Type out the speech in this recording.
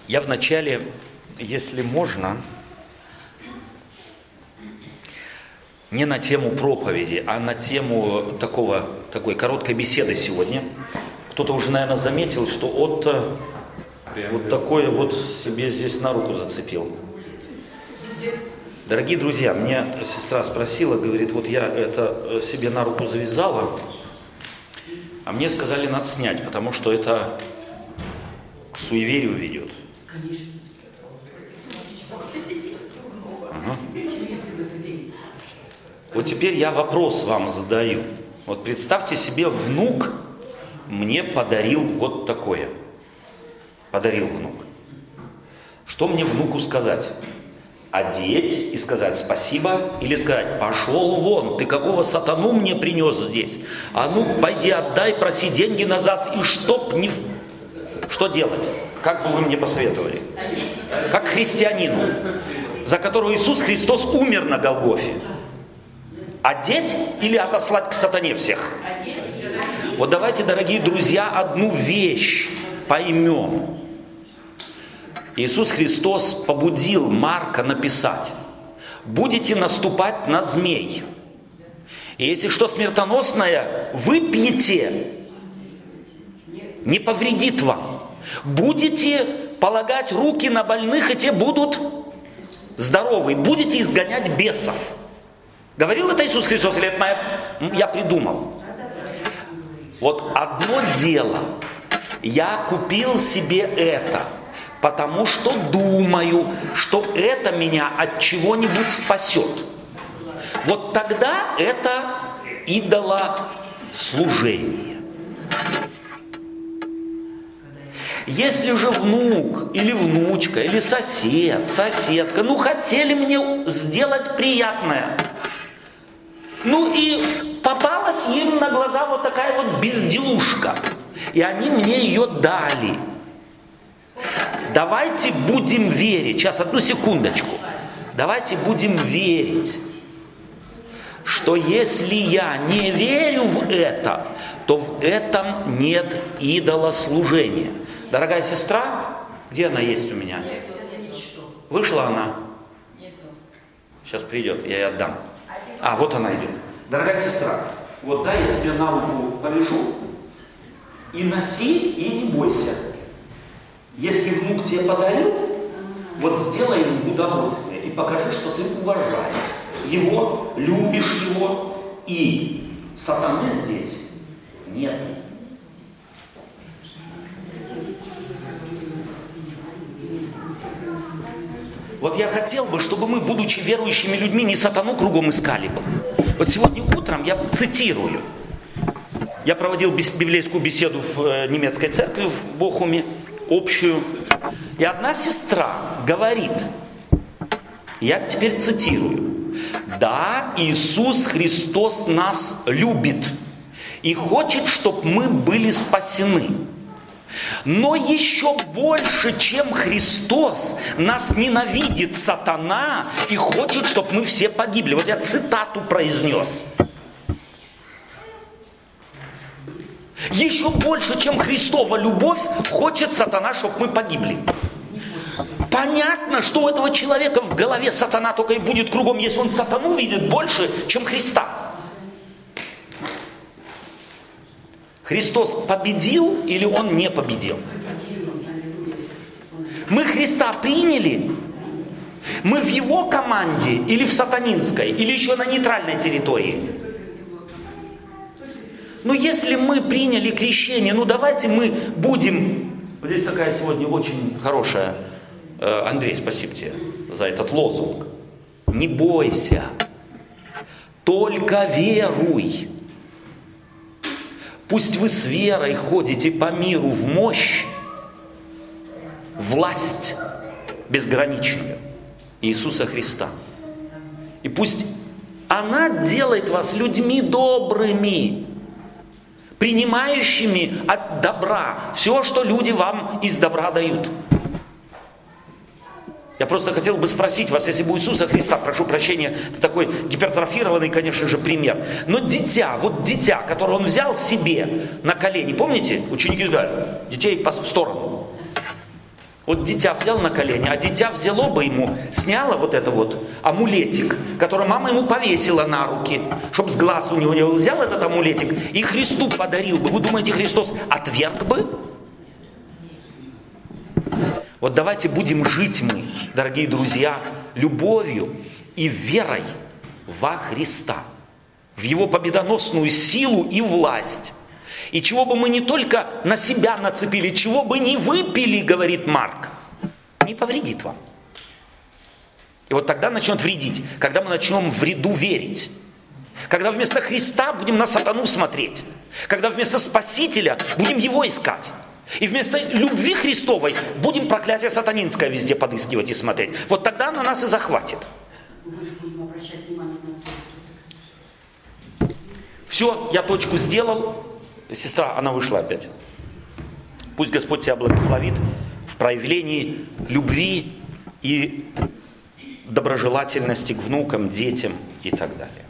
Я вначале, если можно, не на тему проповеди, а на тему такой короткой беседы сегодня. Кто-то уже, наверное, заметил, что Отто вот такое вот себе здесь на руку зацепил. Дорогие друзья, меня сестра спросила, говорит, вот я это себе на руку завязала, а мне сказали, надо снять, потому что это к суеверию ведет. Ага. Вот теперь я вопрос вам задаю. Вот представьте себе, внук мне подарил вот такое. Подарил внук. Что мне внуку сказать? Одеть и сказать спасибо, или сказать, пошел вон, ты какого сатану мне принес здесь? А ну, пойди отдай, проси деньги назад, и чтоб не... Что делать? Как бы вы мне посоветовали? Как христианину, за которого Иисус Христос умер на Голгофе. Одеть или отослать к сатане всех? Вот давайте, дорогие друзья, одну вещь поймем. Иисус Христос побудил Марка написать: будете наступать на змей. И если что смертоносное, выпьете, не повредит вам. Будете полагать руки на больных, и те будут здоровы. Будете изгонять бесов. Говорил это Иисус Христос, или это я придумал? Вот одно дело. Я купил себе это, потому что думаю, что это меня от чего-нибудь спасет. Вот тогда это идолослужение. Если же внук, или внучка, или сосед, соседка, хотели мне сделать приятное, и попалась им на глаза вот такая вот безделушка, и они мне ее дали. Давайте будем верить, сейчас одну секундочку, давайте будем верить, что если я не верю в это, то в этом нет идолослужения. Дорогая сестра, где она есть у меня? Вышла она? Сейчас придет, я ей отдам. Вот она идет. Дорогая сестра, вот дай я тебе на руку повяжу, и носи, и не бойся. Если внук тебе подарил, вот сделай ему в удовольствие и покажи, что ты уважаешь его, любишь его, и сатаны здесь нет. Вот я хотел бы, чтобы мы, будучи верующими людьми, не сатану кругом искали бы. Вот сегодня утром я цитирую. Я проводил библейскую беседу в немецкой церкви в Бохуме, общую. И одна сестра говорит, я теперь цитирую: да, Иисус Христос нас любит и хочет, чтобы мы были спасены. Но еще больше, чем Христос, нас ненавидит сатана и хочет, чтобы мы все погибли. Вот я цитату произнес. Еще больше, чем Христова любовь, хочет сатана, чтобы мы погибли. Понятно, что у этого человека в голове сатана только и будет кругом, если он сатану видит больше, чем Христа. Христос победил или он не победил? Мы Христа приняли? Мы в его команде или в сатанинской, или еще на нейтральной территории? Если мы приняли крещение, давайте мы будем... Вот здесь такая сегодня очень хорошая... Андрей, спасибо тебе за этот лозунг. Не бойся, только веруй. Пусть вы с верой ходите по миру в мощь, власть безграничную Иисуса Христа. И пусть она делает вас людьми добрыми, принимающими от добра все, что люди вам из добра дают. Я просто хотел бы спросить вас, если бы у Иисуса Христа, прошу прощения, это такой гипертрофированный, конечно же, пример, но дитя, которое он взял себе на колени, помните, ученики сказали, детей в сторону. Вот дитя взял на колени, а дитя взяло бы ему, сняло вот это вот амулетик, который мама ему повесила на руки, чтобы с глаз у него не взял этот амулетик и Христу подарил бы. Вы думаете, Христос отверг бы? Вот давайте будем жить мы, дорогие друзья, любовью и верой во Христа, в Его победоносную силу и власть. И чего бы мы не только на себя нацепили, чего бы не выпили, говорит Марк, не повредит вам. И вот тогда начнет вредить, когда мы начнем в вреду верить. Когда вместо Христа будем на сатану смотреть. Когда вместо Спасителя будем Его искать. И вместо любви Христовой будем проклятие сатанинское везде подыскивать и смотреть. Вот тогда она нас и захватит. Все, я точку сделал. Сестра, она вышла опять. Пусть Господь тебя благословит в проявлении любви и доброжелательности к внукам, детям и так далее.